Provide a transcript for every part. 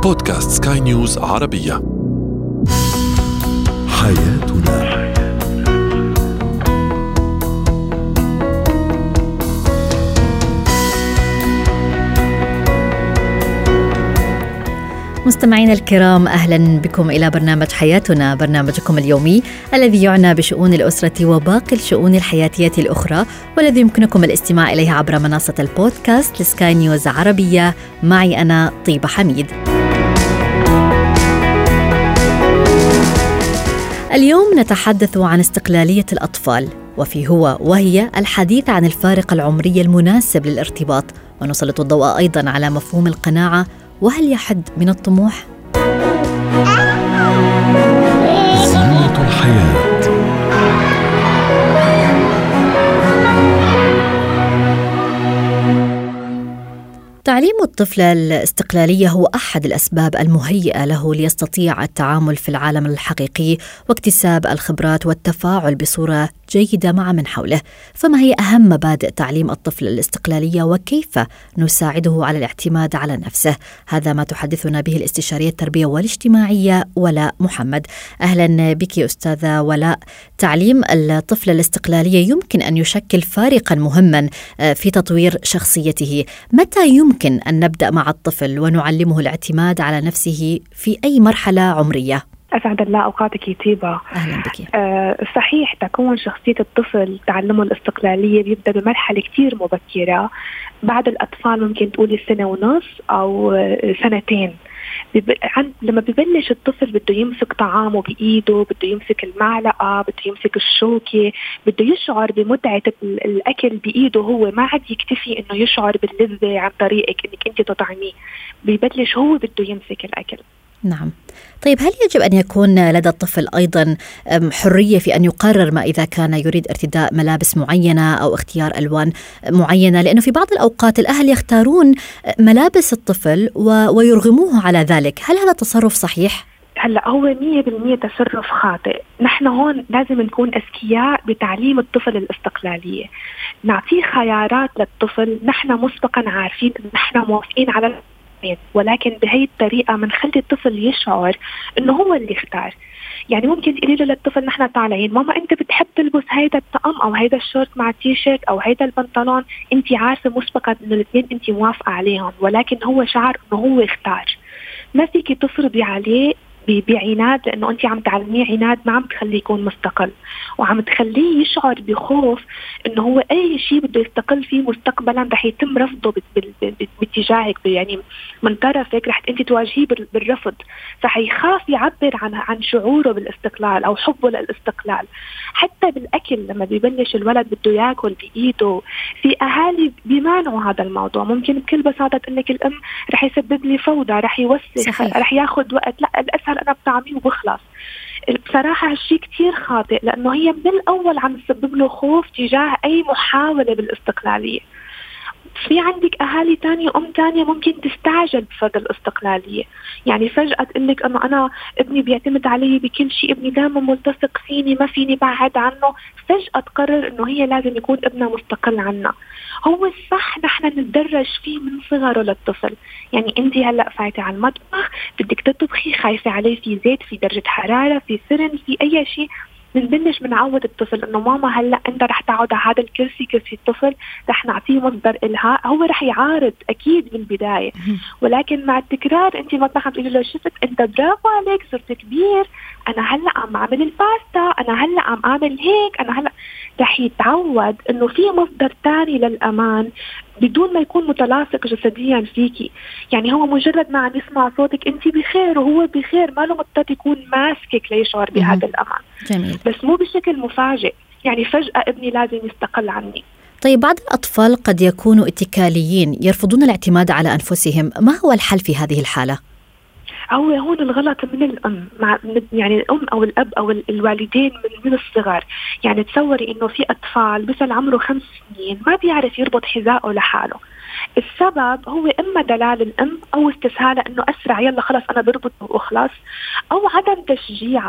بودكاست سكاي نيوز عربية. حياتنا. مستمعينا الكرام، أهلا بكم إلى برنامج حياتنا، برنامجكم اليومي الذي يعنى بشؤون الأسرة وباقي الشؤون الحياتية الأخرى، والذي يمكنكم الاستماع إليه عبر منصة البودكاست لسكاي نيوز عربية. معي أنا طيبة حميد. اليوم نتحدث عن استقلالية الأطفال، وهي الحديث عن الفارق العمري المناسب للارتباط، ونسلط الضوء أيضا على مفهوم القناعة، وهل يحد من الطموح؟ زينة الحياة. تعليم الطفل الاستقلالية هو أحد الأسباب المهيئة له ليستطيع التعامل في العالم الحقيقي واكتساب الخبرات والتفاعل بصورة جيدة مع من حوله. فما هي أهم مبادئ تعليم الطفل الاستقلالية، وكيف نساعده على الاعتماد على نفسه؟ هذا ما تحدثنا به الاستشارية التربية والاجتماعية ولاء محمد. أهلا بك أستاذة ولاء. تعليم الطفل الاستقلالية يمكن أن يشكل فارقا مهما في تطوير شخصيته. متى يمكن أن نبدأ مع الطفل ونعلمه الاعتماد على نفسه في أي مرحلة عمرية؟ أسعد الله أوقاتك طيبة. أهلا بك. صحيح، تكون شخصية الطفل تعلمه الاستقلالية بيبدأ بمرحلة كتير مبكرة. بعد الأطفال ممكن تقولي 1.5 سنة أو 2 سنين. لما ببلش الطفل بده يمسك طعامه بإيده، بده يمسك المعلقة، بده يمسك الشوكة، بده يشعر بمتعة الأكل بإيده هو، ما عاد يكتفي إنه يشعر باللذة عن طريقك إنك أنت تطعميه، ببلش هو بده يمسك الأكل. نعم. طيب، هل يجب أن يكون لدى الطفل أيضا حرية في أن يقرر ما إذا كان يريد ارتداء ملابس معينة أو اختيار ألوان معينة؟ لأنه في بعض الأوقات الأهل يختارون ملابس الطفل ويرغموه على ذلك. هل هذا تصرف صحيح؟ هلأ هو 100% تصرف خاطئ. نحن هون لازم نكون أذكياء بتعليم الطفل الاستقلالية، نعطيه خيارات للطفل. نحن مسبقا عارفين إن نحن موافقين على، ولكن بهي الطريقة منخلي الطفل يشعر إنه هو اللي اختار. يعني ممكن تقولي له للطفل نحن طالعين، ماما أنت بتحب تلبس هيدا الطقم أو هيدا الشورت مع التيشيرت أو هيدا البنطلون، أنت عارفة مسبقا إنه الاثنين أنت موافقة عليهم، ولكن هو شعر إنه هو اختار. ما فيك تفرضي عليه بعناد، لأنه أنت عم تعلميه عناد، ما عم تخليه يكون مستقل، وعم تخليه يشعر بخوف إنه هو أي شيء بده يستقل فيه مستقبلا رح يتم رفضه باتجاهك، يعني من طرفك رح أنت تواجهيه بالرفض، فحيخاف يعبر عن شعوره بالاستقلال أو حبه للاستقلال. حتى بالأكل لما بيبلش الولد بده يأكل بإيده، في أهالي بيمانعوا هذا الموضوع. ممكن بكل بساطة تقولك الأم رح يسبب لي فوضى، رح يوسخ، رح ياخد وقت، لا الأسهل أنا بطعميه وبخلص. بصراحة هالشي كتير خاطئ، لأنه هي من الأول عم تسبب له خوف تجاه أي محاولة بالاستقلالية. في عندك أهالي تانية، تانية ممكن تستعجل بفرض الاستقلالية، يعني فجأة تقولك أنه أنا ابني بيعتمد علي بكل شيء، ابني دائما ملتصق فيني، ما فيني بعد عنه. فجأة تقرر أنه هي لازم يكون ابنها مستقل عنا. هو الصح نحن نتدرج فيه من صغره للطفل. يعني أنت هلأ فايتة على المطبخ بدك تطبخي، خايفة عليه في زيت، في درجة حرارة، في سرن، في أي شيء، بنبلش بنعود الطفل انه ماما هلا انت رح تقعد على هذا الكرسي، كرسي الطفل، رح نعطيه مصدر الهاء. هو رح يعارض اكيد بالبدايه، ولكن مع التكرار انت ما عم تقولي له شفت انت برافو عليك صرت كبير، انا هلا عم اعمل الباستا، انا هلا عم اعمل هيك، انا هلا رح يتعود انه في مصدر تاني للامان بدون ما يكون متلاصق جسديا فيكي. يعني هو مجرد ما عم يسمع صوتك انت بخير وهو بخير، ما له مضطر يكون ماسكك ليشعر بهذا الامان. جميل. بس مو بشكل مفاجئ، يعني فجأة ابني لازم يستقل عني. طيب، بعض الأطفال قد يكونوا اتكاليين، يرفضون الاعتماد على أنفسهم. ما هو الحل في هذه الحالة؟ هون الغلط من الأم، يعني الأم أو الأب أو الوالدين من الصغر. يعني تصوري إنه في أطفال بيصل عمره 5 سنين ما بيعرف يربط حذاءه لحاله. السبب هو إما دلال الأم أو استسهالها إنه أسرع، يلا خلاص أنا بربط وخلاص، أو عدم تشجيعها.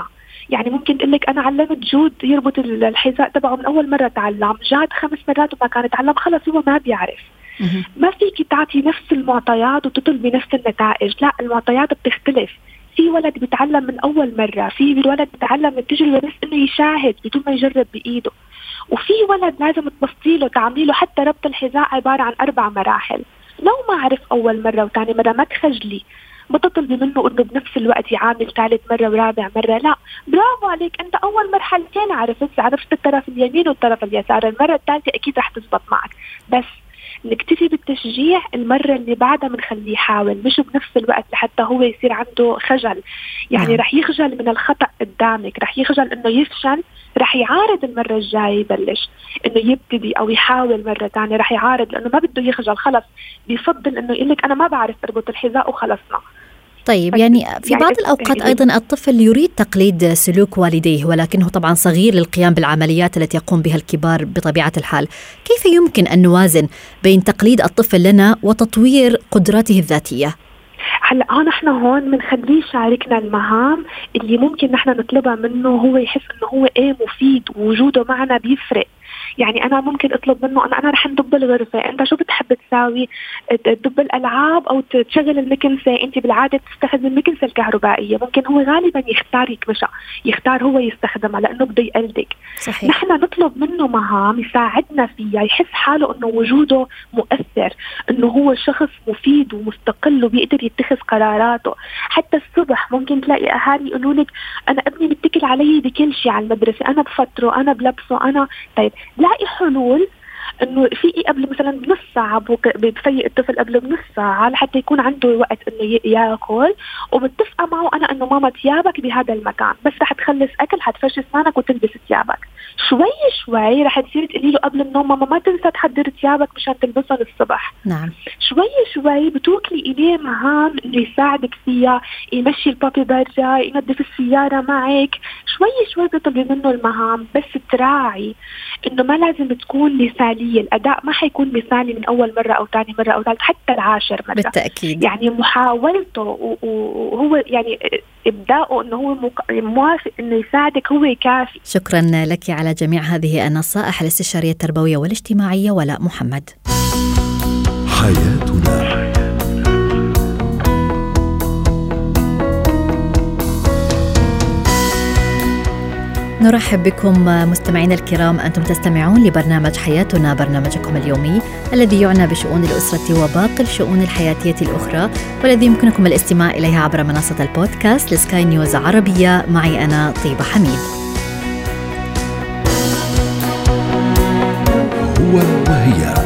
يعني ممكن تقول لك أنا علمت جود يربط الحذاء تبعه من أول مرة تعلم، جاد 5 مرات وما كان يتعلم، خلص هو ما بيعرف. ما فيك تعطي نفس المعطيات وتطلبي نفس النتائج، لا، المعطيات بتختلف. في ولد بيتعلم من أول مرة، في ولد بيتعلم من التجربة بس إنه يشاهد بدون ما يجرب بإيده، وفي ولد لازم تبسطيله تعمليله حتى ربط الحذاء عبارة عن 4 مراحل. لو ما عرف أول مرة وثاني مرة ما تخجلي، ما تطلبي منه إنه بنفس الوقت يعامل 3 مرة ورابع مرة، لا، برافو عليك، أنت أول مرحلتين عرفت الطرف اليمين والطرف اليسار، المرة الثالثة أكيد رح تزبط معك. بس نكتفي بالتشجيع، المرة اللي بعدها بنخليه يحاول، مش بنفس الوقت لحتى هو يصير عنده خجل. يعني رح يخجل من الخطأ قدامك، رح يخجل إنه يفشل، رح يعارض المرة الجاية يبلش إنه يبتدي أو يحاول مرة تانية، رح يعارض لأنه ما بده يخجل، خلص بيفضل إنه يقولك أنا ما بعرف أربط الحذاء وخلصنا. طيب يعني في بعض الأوقات أيضا الطفل يريد تقليد سلوك والديه، ولكنه طبعا صغير للقيام بالعمليات التي يقوم بها الكبار بطبيعة الحال. كيف يمكن أن نوازن بين تقليد الطفل لنا وتطوير قدراته الذاتية؟ هلا نحن هون بنخليه يشاركنا المهام اللي ممكن نحن نطلبها منه، هو يحس انه هو مفيد ووجوده معنا بيفرق. يعني انا ممكن اطلب منه انا رح ندب الغرفه، انت شو بتحب تساوي؟ تدب الالعاب او تشغل المكنسه؟ انت بالعاده بتستخدم المكنسه الكهربائيه، ممكن هو غالبا يختار يكمشها، يختار هو يستخدمها لانه بده يقلدك. صحيح. نحن نطلب منه مهام يساعدنا فيها، يحس حاله انه وجوده مؤثر، انه هو شخص مفيد ومستقل وبيقدر يتخذ قراراته. حتى الصبح ممكن تلاقي اهالي يقولوا لك انا ابني متكل علي بكل شيء على المدرسه، انا بفطره، انا بلبسه، انا طيب لاقي حلول انه في قبل مثلا بنص ساعه بفيق الطفل قبل بنص ساعه لحتى يكون عنده وقت انه ياكل، ومتفقه معه انا انه ماما ثيابك بهذا المكان، بس رح تخلص اكل حتفرش اسنانك وتلبس ثيابك. شوي شوي رح تصير تقولي له قبل النوم ماما ما تنسى تحضر ثيابك مشان تلبسهم الصبح. نعم. شوي شوي بتوكلي اليه مهام انه يساعدك فيها، يمشي البابي برا، ينظف السياره معك. شوي شوي بتطلبي منه المهام، بس تراعي انه ما لازم تكون مثاليه، الاداء ما حيكون مثالي من اول مره او ثاني مره او ثالث حتى العاشر مره بالتاكيد. يعني محاولته وهو يعني ابداؤه انه هو موافق انه يساعدك هو كافي. شكرا لك على جميع هذه النصائح. الاستشاريه التربويه والاجتماعيه ولاء محمد. حياتنا. نرحب بكم مستمعينا الكرام، أنتم تستمعون لبرنامج حياتنا، برنامجكم اليومي الذي يعنى بشؤون الأسرة وباقي الشؤون الحياتية الأخرى، والذي يمكنكم الاستماع إليها عبر منصة البودكاست لسكاي نيوز عربية. معي أنا طيبة حميد. هو وهي.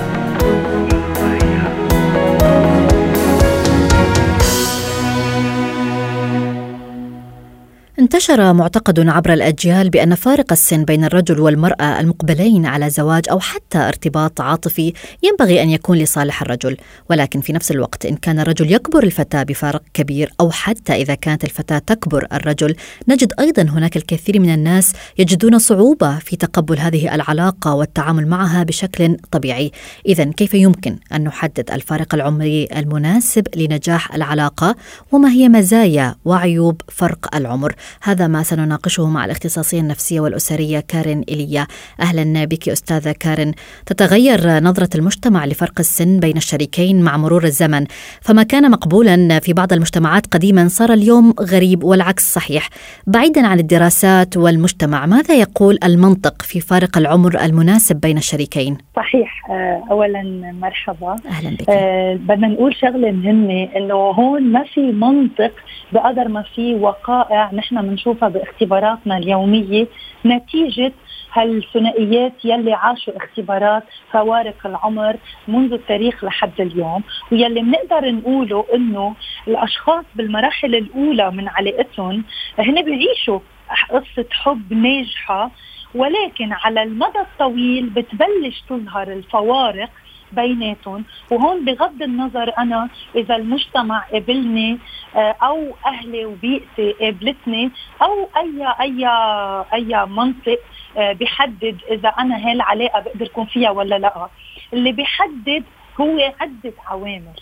انتشر معتقد عبر الأجيال بأن فارق السن بين الرجل والمرأة المقبلين على زواج أو حتى ارتباط عاطفي ينبغي أن يكون لصالح الرجل، ولكن في نفس الوقت إن كان الرجل يكبر الفتاة بفارق كبير أو حتى إذا كانت الفتاة تكبر الرجل، نجد أيضا هناك الكثير من الناس يجدون صعوبة في تقبل هذه العلاقة والتعامل معها بشكل طبيعي. إذن كيف يمكن أن نحدد الفارق العمري المناسب لنجاح العلاقة؟ وما هي مزايا وعيوب فرق العمر؟ هذا ما سنناقشه مع الاختصاصية النفسية والأسرية كارين إيليا. أهلا بك أستاذة كارين. تتغير نظرة المجتمع لفرق السن بين الشريكين مع مرور الزمن، فما كان مقبولا في بعض المجتمعات قديما صار اليوم غريب والعكس صحيح. بعيدا عن الدراسات والمجتمع، ماذا يقول المنطق في فارق العمر المناسب بين الشريكين؟ صحيح. أولا مرحبا. أهلا بك. بدنا نقول شغلة مهمة، إنه هون ما في منطق بقدر ما في وقائع نحن بنشوفها باختباراتنا اليومية نتيجة هالثنائيات يلي عاشوا اختبارات فوارق العمر منذ التاريخ لحد اليوم، ويلي بنقدر نقوله إنه الأشخاص بالمراحل الأولى من علاقتهم هن بيعيشوا قصة حب ناجحة، ولكن على المدى الطويل بتبلش تظهر الفوارق بيناتهم. وهون بغض النظر أنا إذا المجتمع قبلني أو أهلي وبيئتي قبلتني أو أي منطق بيحدد إذا أنا هالعلاقة بقدر يكون فيها ولا لا، اللي بيحدد هو عدة عوامل.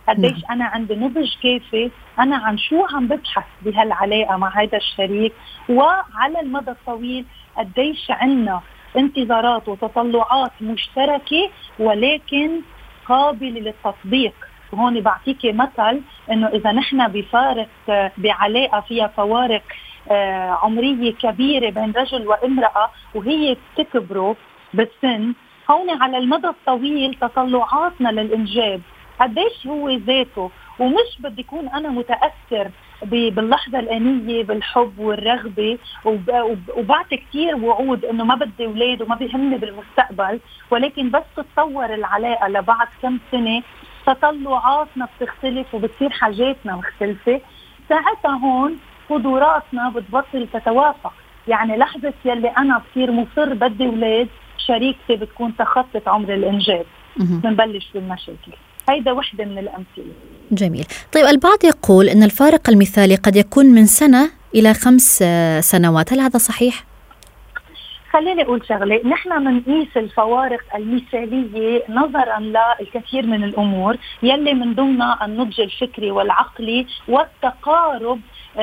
قديش أنا عندي نضج كافي، أنا عن شو عم ببحث بهالعلاقة مع هذا الشريك، وعلى المدى الطويل قديش عنا انتظارات وتطلعات مشتركة ولكن قابلة للتطبيق. وهون بعطيكي مثل إنه إذا نحن بفارق بعلاقة فيها فوارق عمرية كبيرة بين رجل وامرأة وهي بتكبروا بالسن، هون على المدى الطويل تطلعاتنا للإنجاب قديش هو ذاته، ومش بدي يكون أنا متأثر باللحظة الآنية بالحب والرغبة وبعت كتير وعود إنه ما بدي أولاد وما بيهمني بالمستقبل، ولكن بس تتطور العلاقة لبعد كم سنة تطلعاتنا بتختلف وبتصير حاجاتنا مختلفة، ساعتها هون قدراتنا بتبطل تتوافق. يعني لحظة يلي أنا بصير مصر بدي أولاد، شريكتي بتكون تخطت عمر الإنجاب، بنبلش بالمشاكل. هيدا وحدة من الأمثلة. جميل. طيب البعض يقول أن الفارق المثالي قد يكون من 1 إلى 5 سنوات، هل هذا صحيح؟ خليني أقول شغلة، نحن منقيس الفوارق المثالية نظرا للكثير من الأمور يلي من ضمنها النضج الفكري والعقلي والتقارب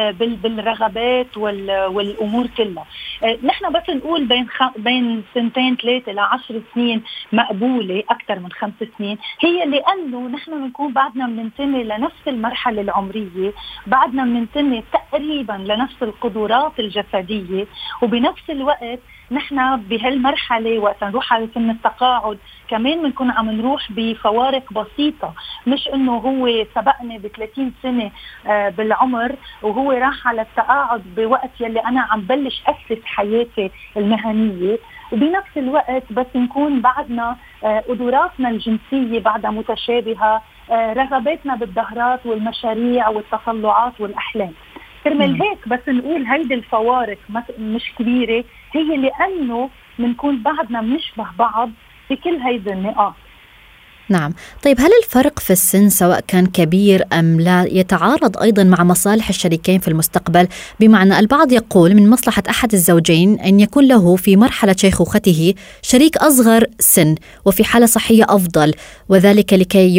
بالرغبات والأمور كلها. نحن بس نقول بين 2-3 ل10 سنين مقبولة، أكثر من 5 سنين هي لأنه نحن بنكون بعدنا بننتمي لنفس المرحلة العمرية، بعدنا بننتمي تقريبا لنفس القدرات الجسدية، وبنفس الوقت نحن بهالمرحلة وقت نروح على سن التقاعد كمان بنكون عم نروح بفوارق بسيطة، مش انه هو سبقني ب30 سنة بالعمر وهو راح على التقاعد بوقت يلي انا عم بلش اسس حياتي المهنية. وبنفس الوقت بس نكون بعدنا قدراتنا الجنسية بعدها متشابهة، رغباتنا بالدهرات والمشاريع والتطلعات والأحلام. كرمال هيك بس نقول هيدي الفوارق مش كبيرة، هي لأنه منكون بعدنا منشبه بعض في كل هيدي النقاط. نعم. طيب هل الفرق في السن سواء كان كبير أم لا يتعارض أيضا مع مصالح الشريكين في المستقبل؟ بمعنى البعض يقول من مصلحة أحد الزوجين أن يكون له في مرحلة شيخوخته شريك أصغر سن وفي حالة صحية أفضل، وذلك لكي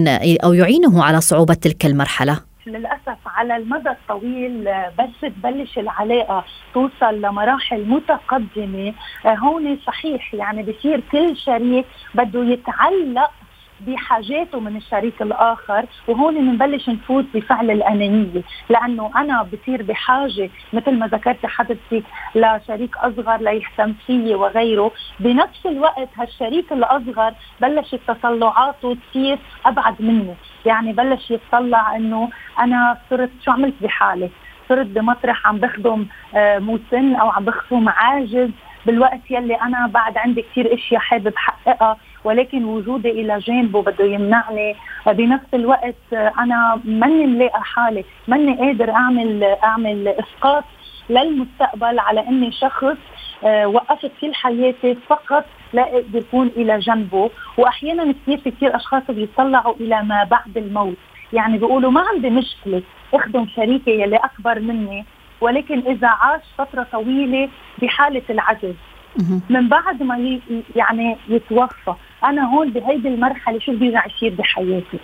يعينه على صعوبة تلك المرحلة. للأسف على المدى الطويل بس تبلش العلاقة توصل لمراحل متقدمة، هون صحيح يعني بصير كل شريك بده يتعلق بحاجاته من الشريك الآخر، وهون بنبلش نفوت بفعل الأنانية، لأنه أنا بصير بحاجة مثل ما ذكرت حضرتك لشريك أصغر ليهتم فيي وغيره. بنفس الوقت هالشريك الأصغر بلشت تطلعاته تصير أبعد مني، يعني بلش يتطلع أنه أنا صرت شو عملت بحالي، صرت بمطرح عم بخدم مسن أو عم بخدم عاجز بالوقت يلي أنا بعد عندي كتير إشياء حابب حققها، ولكن وجودي إلى جانبه بده يمنعني. بنفس الوقت أنا مني ملاقى حالي، مني قادر أعمل إسقاط للمستقبل على أني شخص وقفت كل حياتي فقط لا أقدر يكون إلى جنبه. وأحيانا كثير أشخاص بيطلعوا إلى ما بعد الموت، يعني بيقولوا ما عندي مشكلة أخدم شريكي يلي أكبر مني، ولكن إذا عاش فترة طويلة بحالة العجز من بعد ما يعني يتوفى، أنا هون بهيدي المرحلة شو بيرجع يصير بحياتي؟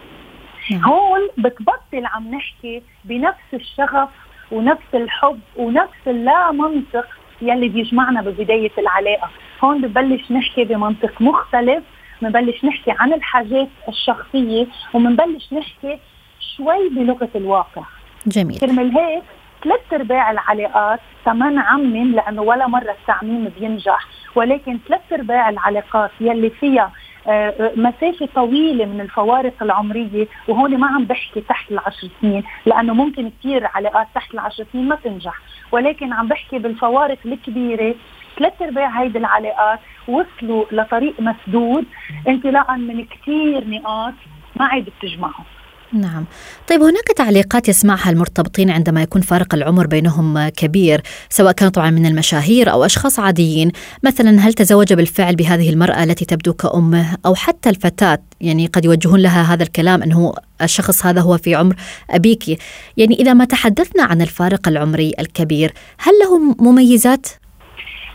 هون بتبطل عم نحكي بنفس الشغف ونفس الحب ونفس اللا منطق يلي بيجمعنا ببداية العلاقة. هون ببلش نحكي بمنطق مختلف، بنبلش نحكي عن الحاجات الشخصية وبنبلش نحكي شوي بلغة الواقع. جميل. كرمال هيك 3/4 العلاقات كمان عمم، لأنه ولا مرة التعميم بينجح، ولكن 3/4 العلاقات يلي فيها مسافة طويلة من الفوارق العمرية، وهون ما عم بحكي تحت 10 سنين لأنه ممكن كتير علاقات تحت 10 سنين ما تنجح، ولكن عم بحكي بالفوارق الكبيرة. 3/4 هيدي العلاقات وصلوا لطريق مسدود انطلاقا من كتير نقاط ما عاد بتجمعهم. نعم. طيب هناك تعليقات يسمعها المرتبطين عندما يكون فارق العمر بينهم كبير، سواء كان طبعا من المشاهير أو أشخاص عاديين، مثلا هل تزوج بالفعل بهذه المرأة التي تبدو كأمه، أو حتى الفتاة يعني قد يوجهون لها هذا الكلام أنه الشخص هذا هو في عمر أبيك. يعني إذا ما تحدثنا عن الفارق العمري الكبير، هل له مميزات؟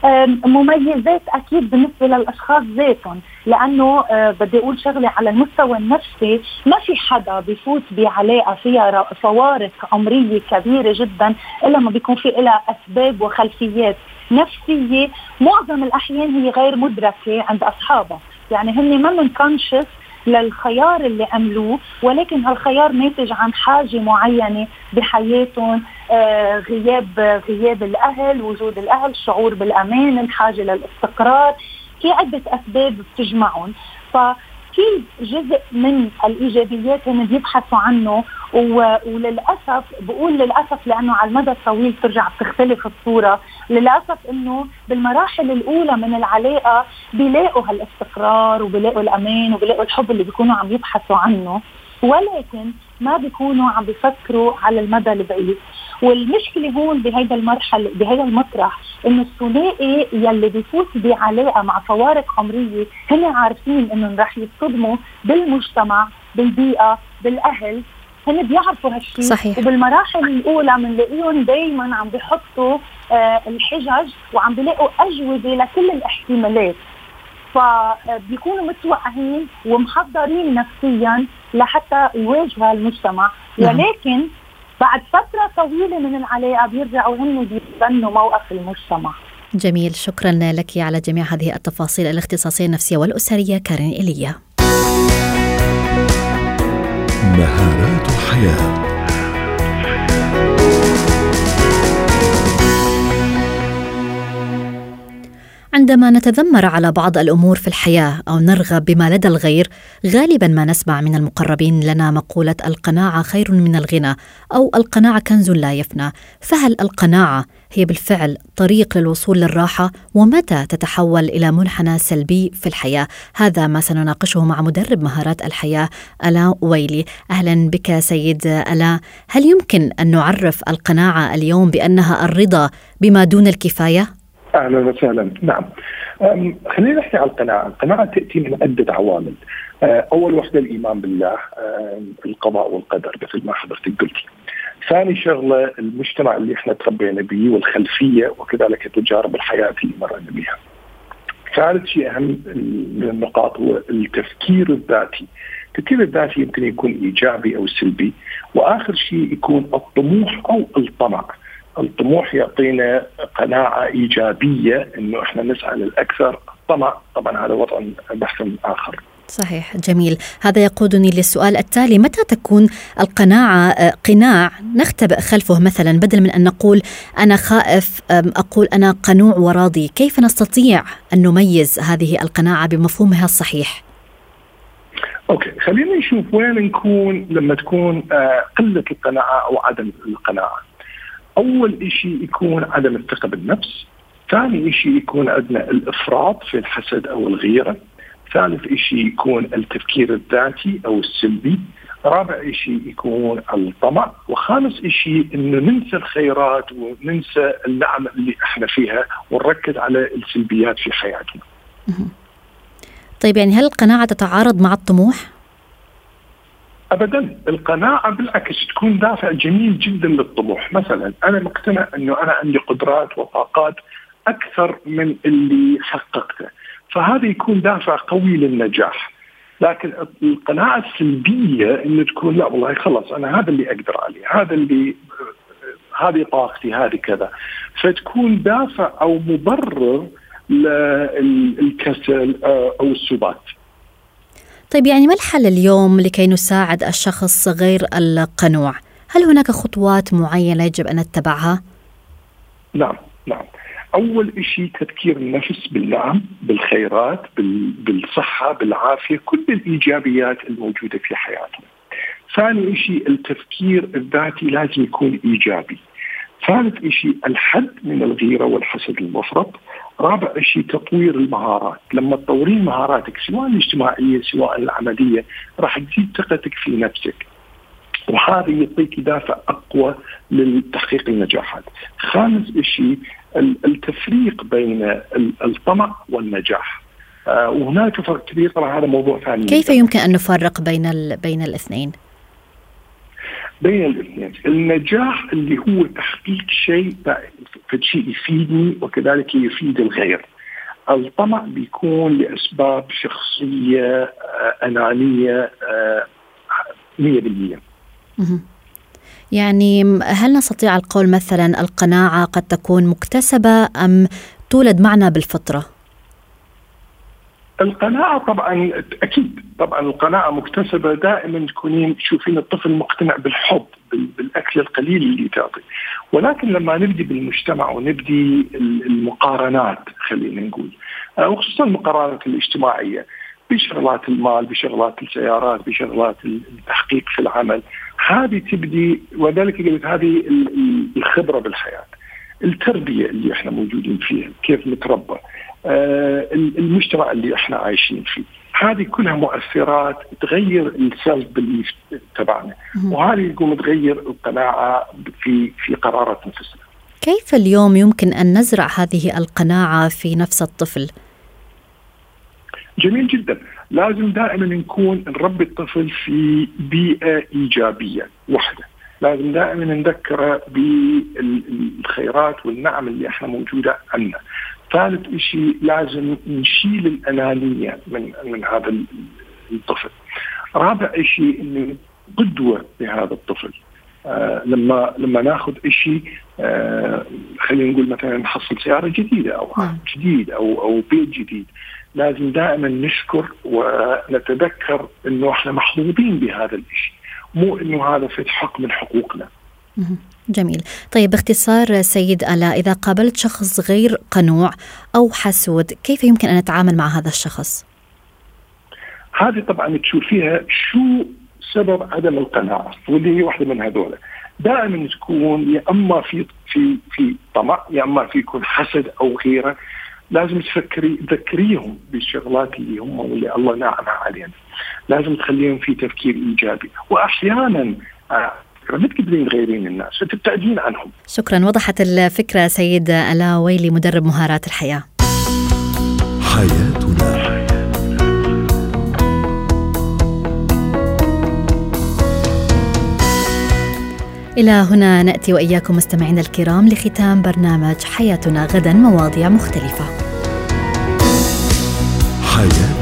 مميزات أكيد بالنسبة للأشخاص ذاتهم، لأنه بدي أقول شغلة على المستوى النفسي، ما في حدا بيفوت بعلاقة فيها فوارق عمرية كبيرة جدا إلا ما بيكون في لها أسباب وخلفيات نفسية معظم الأحيان هي غير مدركة عند أصحابها. يعني هن ما منكونشس للخيار اللي عملوه، ولكن هالخيار ناتج عن حاجة معينة بحياتهم، غياب الأهل، وجود الأهل، الشعور بالأمان، الحاجة للاستقرار، في عدة أسباب بتجمعهم. ففي جزء من الإيجابيات هم بيبحثوا عنه، وللأسف بقول للأسف لأنه على المدى الطويل ترجع بتختلف الصورة. للأسف إنه بالمراحل الأولى من العلاقة بيلاقوا هالاستقرار وبيلاقوا الأمان وبيلاقوا الحب اللي بيكونوا عم يبحثوا عنه، ولكن ما بيكونوا عم بيفكروا على المدى البعيد. والمشكلة هون بهيدا المطرح إنه الثنائي يلي بيفوت بعلاقة مع فوارق عمرية هن عارفين إنهم رح يصطدموا بالمجتمع، بالبيئة، بالأهل، هن بيعرفوا هالشيء. صحيح. وبالمراحل الأولى منلاقيهم دايما عم بيحطوا الحجج وعم بيلاقوا أجوبة لكل الاحتمالات، فبيكونوا متوقعين ومحضرين نفسيا لحتى يواجهوا المجتمع. ولكن بعد فترة طويلة من العلاقة بيرجعوا هن بيتبنوا موقف المجتمع. جميل، شكرا لك على جميع هذه التفاصيل الاختصاصية النفسية والأسرية كارين إيليا. مهارات الحياة. عندما نتذمر على بعض الأمور في الحياة أو نرغب بما لدى الغير، غالبا ما نسمع من المقربين لنا مقولة القناعة خير من الغنى، أو القناعة كنز لا يفنى. فهل القناعة هي بالفعل طريق للوصول للراحة؟ ومتى تتحول إلى منحنى سلبي في الحياة؟ هذا ما سنناقشه مع مدرب مهارات الحياة آلاء ويلي. أهلا بك سيد آلاء. هل يمكن أن نعرف القناعة اليوم بأنها الرضا بما دون الكفاية؟ أهلا وسهلا. نعم، خلينا نحكي عن القناعة. القناعة تأتي من عدة عوامل. أول وحدة الإيمان بالله، القضاء والقدر مثل ما حضرتك قلتي. ثاني شغلة المجتمع اللي احنا تربينا به والخلفية وكذلك تجارب الحياة اللي مرنا بها. ثالث شيء أهم من النقاط هو التفكير الذاتي. التفكير الذاتي يمكن يكون إيجابي أو سلبي. وآخر شيء يكون الطموح أو الطمع. الطموح يعطينا قناعة إيجابية إنه إحنا نسعى للأكثر. الطمع طبعا هذا وضع بحث آخر. صحيح، جميل. هذا يقودني للسؤال التالي: متى تكون القناعة قناع نختبئ خلفه؟ مثلا بدل من أن نقول أنا خائف أقول أنا قنوع وراضي. كيف نستطيع أن نميز هذه القناعة بمفهومها الصحيح؟ أوكي، خلينا نشوف وين نكون لما تكون قلة القناعة أو عدم القناعة. أول إشي يكون عدم الثقة بالنفس. ثاني إشي يكون عندنا الإفراط في الحسد أو الغيرة. ثالث إشي يكون التفكير الذاتي أو السلبي. رابع إشي يكون الطمع. وخامس إشي إنه ننسى الخيرات وننسى النعم اللي إحنا فيها ونركز على السلبيات في حياتنا. طيب، يعني هل القناعة تتعارض مع الطموح؟ أبداً، القناعة بالعكس تكون دافع جميل جداً للطموح. مثلاً أنا مقتنع أنه أنا عندي قدرات وطاقات أكثر من اللي حققته، فهذا يكون دافع قوي للنجاح. لكن القناعة السلبية أنه تكون لا والله خلص أنا هذا اللي أقدر عليه، هذه طاقتي، هذه كذا، فتكون دافع أو مبرر للكسل أو السبات. طيب، يعني ما الحل اليوم لكي نساعد الشخص غير القنوع؟ هل هناك خطوات معينة يجب أن نتبعها؟ نعم. أول إشي تذكير النفس بالنعم، بالخيرات، بالصحة، بالعافية، كل الإيجابيات الموجودة في حياتنا. ثاني إشي التفكير الذاتي لازم يكون إيجابي. ثالث إشي الحد من الغيرة والحسد المفرط. رابع إشي تطوير المهارات. لما تطورين مهاراتك سواء الاجتماعية سواء العملية راح تزيد ثقتك في نفسك، وهذا يعطيك دافع أقوى لتحقيق النجاحات. خامس إشي التفريق بين الطمع والنجاح. وهناك فرق كبير، طبعا هذا موضوع ثاني. كيف يمكن أن نفرق بين الاثنين؟ بين الاثنين. النجاح اللي هو تحقيق شيء يفيدني وكذلك يفيد الغير. الطمع بيكون لأسباب شخصية أنانية 100%. يعني هل نستطيع القول مثلا القناعة قد تكون مكتسبة أم تولد معنا بالفطرة؟ القناعة طبعا أكيد، طبعا القناعة مكتسبة. دائما تشوفين الطفل مقتنع بالحب، بالأكل القليل اللي تعطي. ولكن لما نبدي بالمجتمع ونبدي المقارنات، خلينا نقول، وخصوصا المقارنات الاجتماعية بشغلات المال، بشغلات السيارات، بشغلات التحقيق في العمل، هذه تبدي. وذلك قلت هذه الخبرة بالحياة، التربية اللي احنا موجودين فيها، كيف نتربى، المجتمع اللي احنا عايشين فيه، هذه كلها مؤثرات تغير السيلف بليف تبعنا، وهذه يقوم تغير القناعة في قرارات نفسنا. كيف اليوم يمكن أن نزرع هذه القناعة في نفس الطفل؟ جميل جدا. لازم دائما نربي الطفل في بيئة إيجابية وحدة. لازم دائما نذكره بالخيرات والنعم اللي احنا موجودة عندنا. ثالث شيء، لازم نشيل الأنانية من هذا الطفل. رابع شيء، إنه قدوة لهذا الطفل. لما ناخذ شيء، خلينا نقول مثلا نحصل سيارة جديدة أو جديد أو بيت جديد، لازم دائما نشكر ونتذكر إنه احنا محظوظين بهذا الشيء، مو إنه هذا في حق من حقوقنا. جميل. طيب باختصار سيد آلاء، إذا قابلت شخص غير قنوع أو حسود، كيف يمكن أن نتعامل مع هذا الشخص؟ هذه طبعا تشوفيها شو سبب عدم القناعة، واللي هي واحدة من هذولا. دائما تكون يا أما في طمع، يا أما في يكون حسد أو غيره. لازم تذكريهم بالشغلات اللي هم واللي الله نعمها علينا. لازم تخليهم في تفكير إيجابي، وأحيانا ما تقدرين تغيرين الناس، فتبتعدين عنهم. شكرا، وضحت الفكرة سيد آلاء ويلي، مدرب مهارات الحياة. حياتنا. إلى هنا نأتي وإياكم مستمعينا الكرام لختام برنامج حياتنا. غدا مواضيع مختلفة. حياتنا.